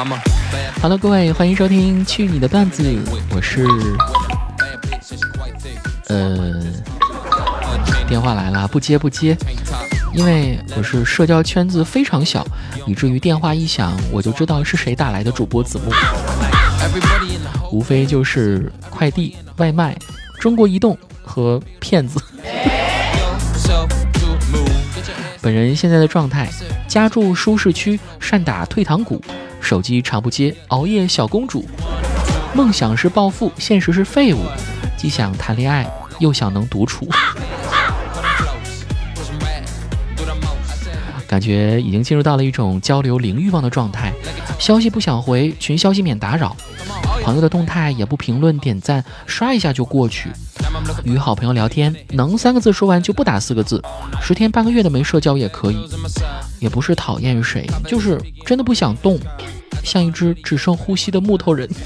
好了，各位，欢迎收听去你的段子，我是电话来了，不接，因为我是社交圈子非常小，以至于电话一响我就知道是谁打来的主播子木，无非就是快递、外卖、中国移动和骗子。本人现在的状态：家住舒适区，善打退堂鼓，手机常不接，熬夜小公主。梦想是暴富，现实是废物，既想谈恋爱，又想能独处。感觉已经进入到了一种交流零欲望的状态，消息不想回，群消息免打扰，朋友的动态也不评论点赞，刷一下就过去。与好朋友聊天，能3个字说完就不打4个字，10天半个月的没社交也可以。也不是讨厌谁，就是真的不想动，像一只只剩呼吸的木头人。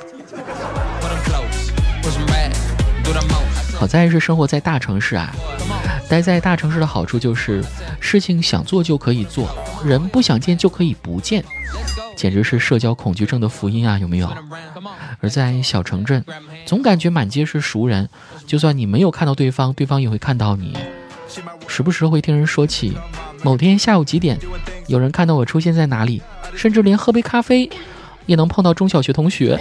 好在是生活在大城市啊，待在大城市的好处就是事情想做就可以做，人不想见就可以不见，简直是社交恐惧症的福音啊，有没有？而在小城镇，总感觉满街是熟人，就算你没有看到对方，对方也会看到你。时不时会听人说起某天下午几点有人看到我出现在哪里，甚至连喝杯咖啡也能碰到中小学同学。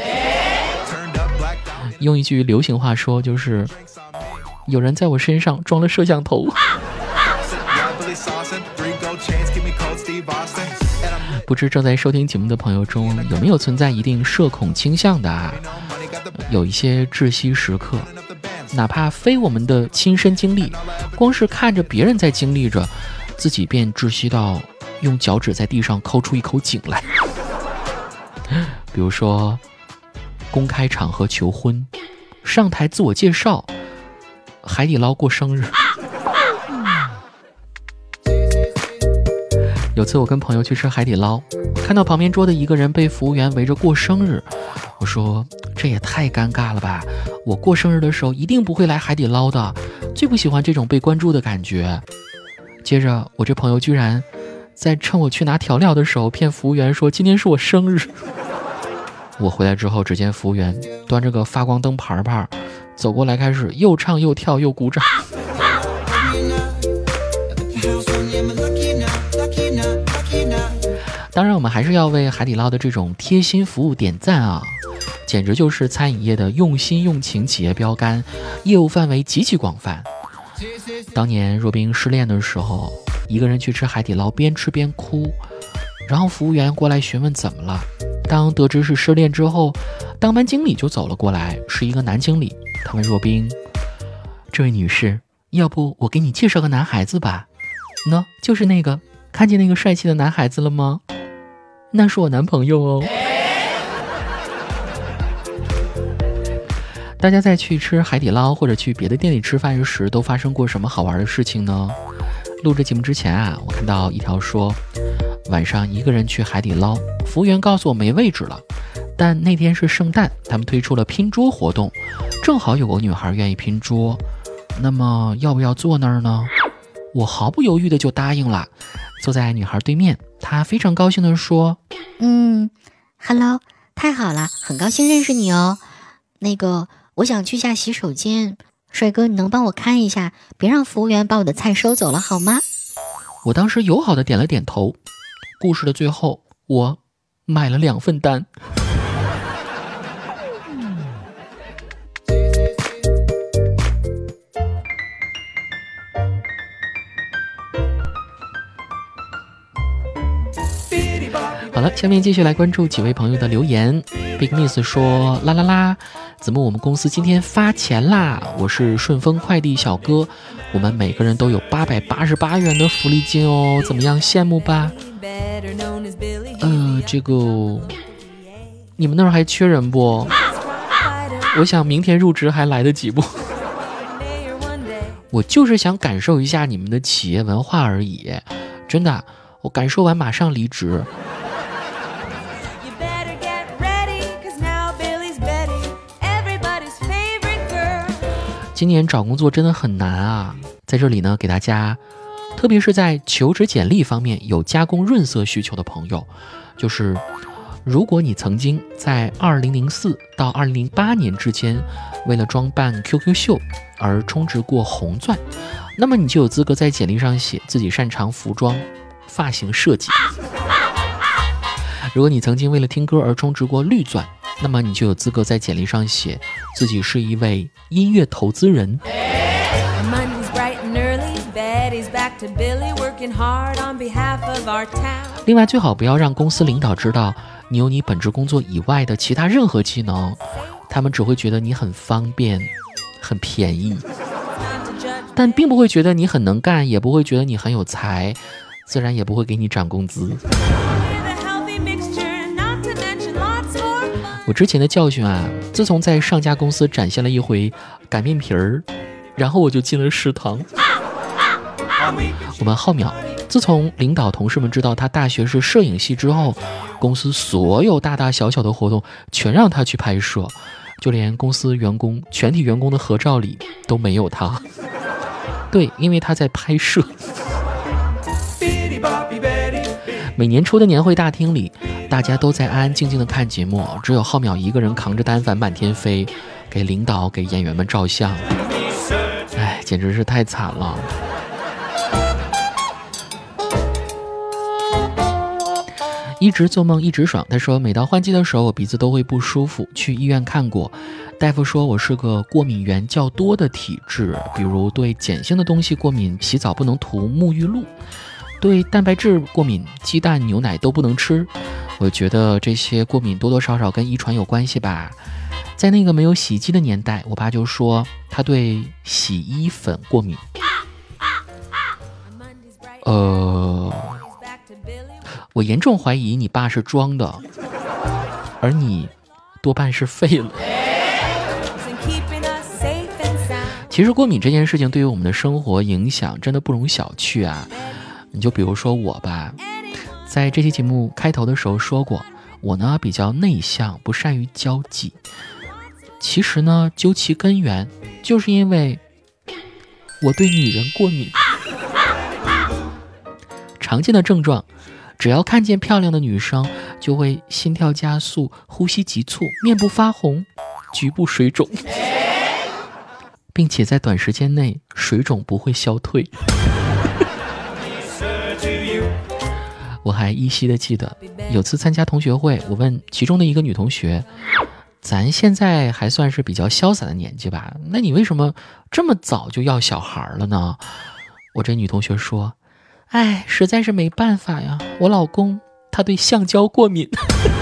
用一句流行话说，就是有人在我身上装了摄像头。不知正在收听节目的朋友中有没有存在一定社恐倾向的啊？有一些窒息时刻，哪怕非我们的亲身经历，光是看着别人在经历着，自己便窒息到用脚趾在地上抠出一口井来。比如说公开场合求婚，上台自我介绍，海底捞过生日。有次我跟朋友去吃海底捞，看到旁边桌的一个人被服务员围着过生日，我说这也太尴尬了吧，我过生日的时候一定不会来海底捞的，最不喜欢这种被关注的感觉。接着我这朋友居然在趁我去拿调料的时候骗服务员说今天是我生日。我回来之后，只见服务员端着个发光灯牌牌走过来，开始又唱又跳又鼓掌。当然我们还是要为海底捞的这种贴心服务点赞啊，简直就是餐饮业的用心用情企业标杆，业务范围极其广泛。当年若冰失恋的时候，一个人去吃海底捞，边吃边哭，然后服务员过来询问怎么了。当得知是失恋之后，当班经理就走了过来，是一个男经理。他问若冰，这位女士，要不我给你介绍个男孩子吧？喏，就是那个，看见那个帅气的男孩子了吗？那是我男朋友哦。大家在去吃海底捞或者去别的店里吃饭时，都发生过什么好玩的事情呢？录这节目之前啊，我看到一条说，晚上一个人去海底捞，服务员告诉我没位置了，但那天是圣诞，他们推出了拼桌活动，正好有个女孩愿意拼桌，那么要不要坐那儿呢？我毫不犹豫的就答应了，坐在女孩对面，她非常高兴的说 Hello， 太好了，很高兴认识你哦。那个，我想去下洗手间，帅哥，你能帮我看一下，别让服务员把我的菜收走了好吗？ 我当时友好的点了点头。故事的最后，我买了2份单。好了，下面继续来关注几位朋友的留言。Big Miss 说，啦啦啦，子木，我们公司今天发钱啦！我是顺丰快递小哥，我们每个人都有888元的福利金哦，怎么样，羡慕吧？这个你们那儿还缺人不？我想明天入职还来得及不？我就是想感受一下你们的企业文化而已，真的，我感受完马上离职。今年找工作真的很难啊，在这里呢，给大家，特别是在求职简历方面有加工润色需求的朋友，就是如果你曾经在2004到2008年之间为了装扮 QQ 秀而充值过红钻，那么你就有资格在简历上写自己擅长服装、发型设计。如果你曾经为了听歌而充值过绿钻，那么你就有资格在简历上写自己是一位音乐投资人。另外，最好不要让公司领导知道你有你本职工作以外的其他任何技能，他们只会觉得你很方便、很便宜，但并不会觉得你很能干，也不会觉得你很有才，自然也不会给你涨工资。我之前的教训啊，自从在上家公司展现了一回擀面皮儿，然后我就进了食堂。我们浩淼，自从领导同事们知道他大学是摄影系之后，公司所有大大小小的活动全让他去拍摄，就连公司全体员工的合照里都没有他。对，因为他在拍摄。每年初的年会大厅里，大家都在安安静静的看节目，只有浩淼一个人扛着单反满天飞，给领导给演员们照相。哎，简直是太惨了。一直做梦一直爽，他说每到换季的时候我鼻子都会不舒服，去医院看过，大夫说我是个过敏源较多的体质，比如对碱性的东西过敏，洗澡不能涂沐浴露，对蛋白质过敏，鸡蛋牛奶都不能吃。我觉得这些过敏多多少少跟遗传有关系吧。在那个没有洗衣机的年代，我爸就说他对洗衣粉过敏。我严重怀疑你爸是装的，而你多半是废了。其实过敏这件事情对于我们的生活影响真的不容小觑啊。你就比如说我吧，在这期节目开头的时候说过，我呢比较内向，不善于交际。其实呢，究其根源，就是因为我对女人过敏。常见的症状，只要看见漂亮的女生，就会心跳加速、呼吸急促、面部发红、局部水肿，并且在短时间内水肿不会消退。我还依稀的记得，有次参加同学会，我问其中的一个女同学，咱现在还算是比较潇洒的年纪吧，那你为什么这么早就要小孩了呢？我这女同学说，哎，实在是没办法呀，我老公他对橡胶过敏。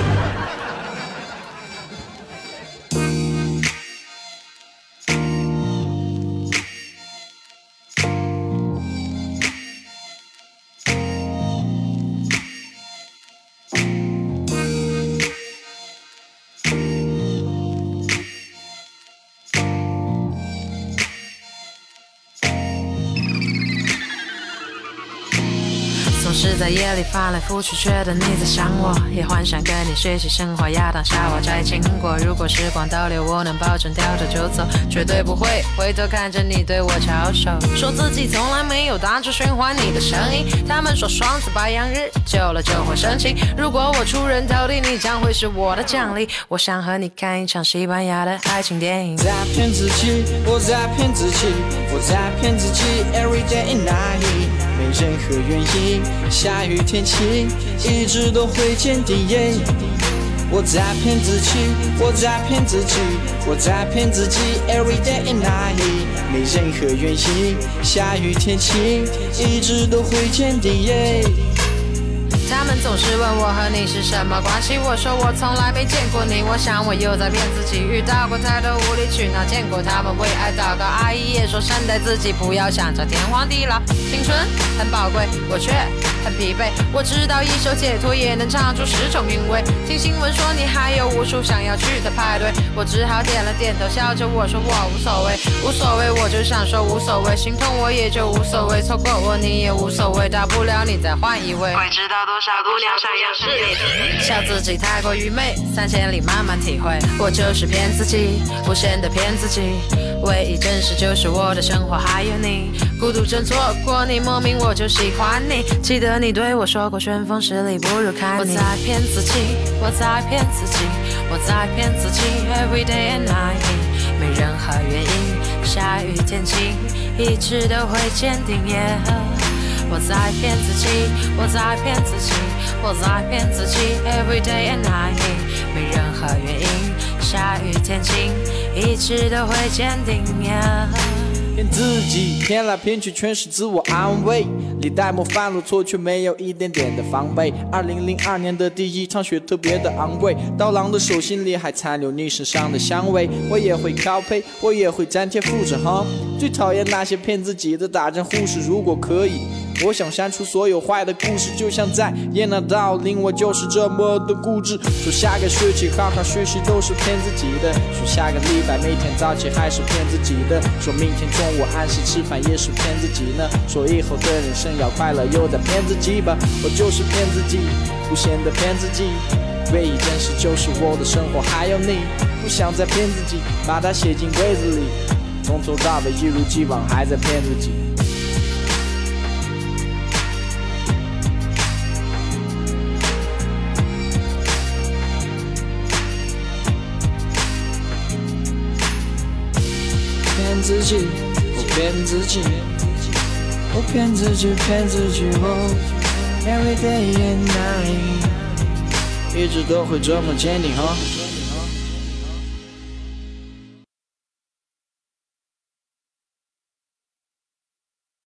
总是在夜里翻来覆去，觉得你在想我，也幻想跟你学习生活，亚当夏娃摘苹果。如果时光倒流，我能保证掉头就走，绝对不会回头看着你对我翘首，说自己从来没有单纯循环你的声音。他们说双子白羊日久了就会生气，如果我出人头地，你将会是我的奖励。我想和你看一场西班牙的爱情电影。 在骗自己，我在骗自己，我在骗自己 ，every day and night， 没任何原因。下雨天气一直都会见底。我在骗自己，我在骗自己，我在骗自己 every day and night， 没任何原因。下雨天气一直都会见底。 他们总是问我和你是什么关系，我说我从来没见过你，我想我又在骗自己，遇到过太多无理取闹，见过他们为爱祷告，阿姨也说善待自己，不要想着天荒地老。青春很宝贵，我却很疲惫，我知道一首解脱也能唱出10种韵味。听新闻说你还有无数想要去的派对，我只好点了点头，笑着我说我无所谓，无所谓，我就想说无所谓，心痛我也就无所谓，错过我你也无所谓，大不了你再换一位。会知道多少姑娘想要是你，笑自己太过愚昧，3000里慢慢体会，我就是骗自己，无限的骗自己，唯一真实就是我的生活还有你，孤独症错过你，莫名我就喜欢你，记得得你对我说过旋风十里不如看你。我在骗自己，我在骗自己，我在骗自己 Every day and night 没任何原因，下雨天晴一直都会坚定 yeah 我在骗自己，我在骗自己，我在骗自己 Every day and night 没任何原因，下雨天晴一直都会坚定 yeah 骗自己，骗来骗去全是自我安慰，历代模范路错却没有一点点的防备。2002年的第一场雪特别的昂贵，刀郎的手心里还残留你身上的香味。我也会调配，我也会粘贴复制哈。最讨厌那些骗自己的打针护士，如果可以我想删除所有坏的故事，就像在演那道理，我就是这么的固执。说下个学期好好学习都是骗自己的，说下个礼拜每天早起还是骗自己的，说明天中午按时吃饭也是骗自己呢，说以后的人生要快乐又在骗自己吧。我就是骗自己，无限的骗自己，唯一真实就是我的生活还有你，不想再骗自己，把它写进柜子里，从头到尾一如既往还在骗自己。骗自己，我骗自己，我骗自己，骗自己哦 ，Every day and night，一直都会这么坚定哈。